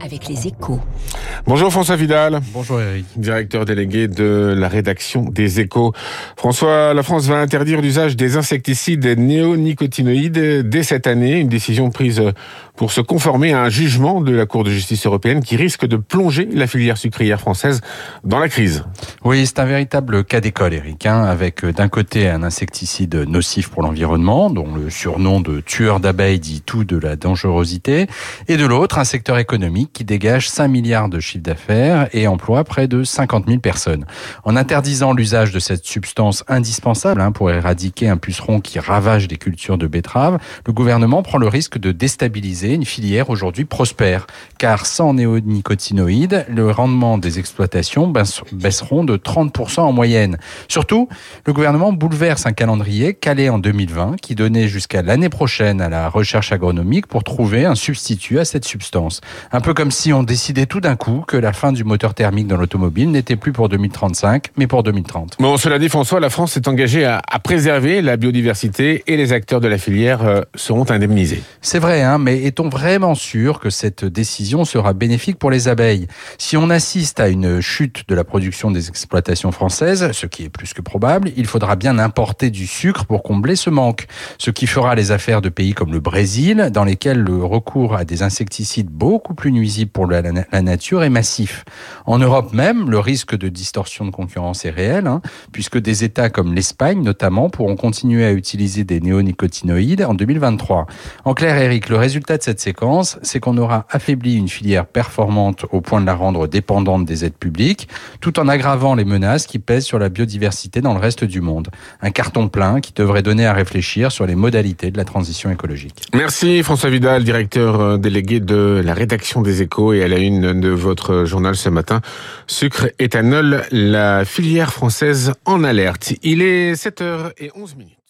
avec les Échos. Bonjour François Vidal. Bonjour Eric. Directeur délégué de la rédaction des Échos. François, la France va interdire l'usage des insecticides néonicotinoïdes dès cette année. Une décision prise pour se conformer à un jugement de la Cour de justice européenne qui risque de plonger la filière sucrière française dans la crise. Oui, c'est un véritable cas d'école, Eric, avec d'un côté un insecticide nocif pour l'environnement, dont le surnom de tueur d'abeilles dit tout de la dangerosité, et de l'autre, un secteur économique qui dégage 5 milliards de chiffre d'affaires et emploie près de 50 000 personnes. En interdisant l'usage de cette substance indispensable pour éradiquer un puceron qui ravage des cultures de betteraves, le gouvernement prend le risque de déstabiliser une filière aujourd'hui prospère. Car sans néonicotinoïdes, le rendement des exploitations baisseront de 30% en moyenne. Surtout, le gouvernement bouleverse un calendrier calé en 2020 qui donnait jusqu'à l'année prochaine à la recherche agronomique pour trouver un substitut à cette substance. Un peu comme si on décidait tout d'un coup que la fin du moteur thermique dans l'automobile n'était plus pour 2035, mais pour 2030. Bon, cela dit, François, la France s'est engagée à préserver la biodiversité et les acteurs de la filière seront indemnisés. C'est vrai, mais est-on vraiment sûr que cette décision sera bénéfique pour les abeilles ? Si on assiste à une chute de la production des exploitations françaises, ce qui est plus que probable, il faudra bien importer du sucre pour combler ce manque. Ce qui fera les affaires de pays comme le Brésil, dans lesquels le recours à des insecticides beaucoup plus nuisibles pour la nature est massif. En Europe même, le risque de distorsion de concurrence est réel, puisque des États comme l'Espagne notamment pourront continuer à utiliser des néonicotinoïdes en 2023. En clair, Eric, le résultat de cette séquence, c'est qu'on aura affaibli une filière performante au point de la rendre dépendante des aides publiques, tout en aggravant les menaces qui pèsent sur la biodiversité dans le reste du monde. Un carton plein qui devrait donner à réfléchir sur les modalités de la transition écologique. Merci François Vidal, directeur délégué de la rédaction des Échos et à la une de votre journal ce matin. Sucre, éthanol, la filière française en alerte. Il est 7h11.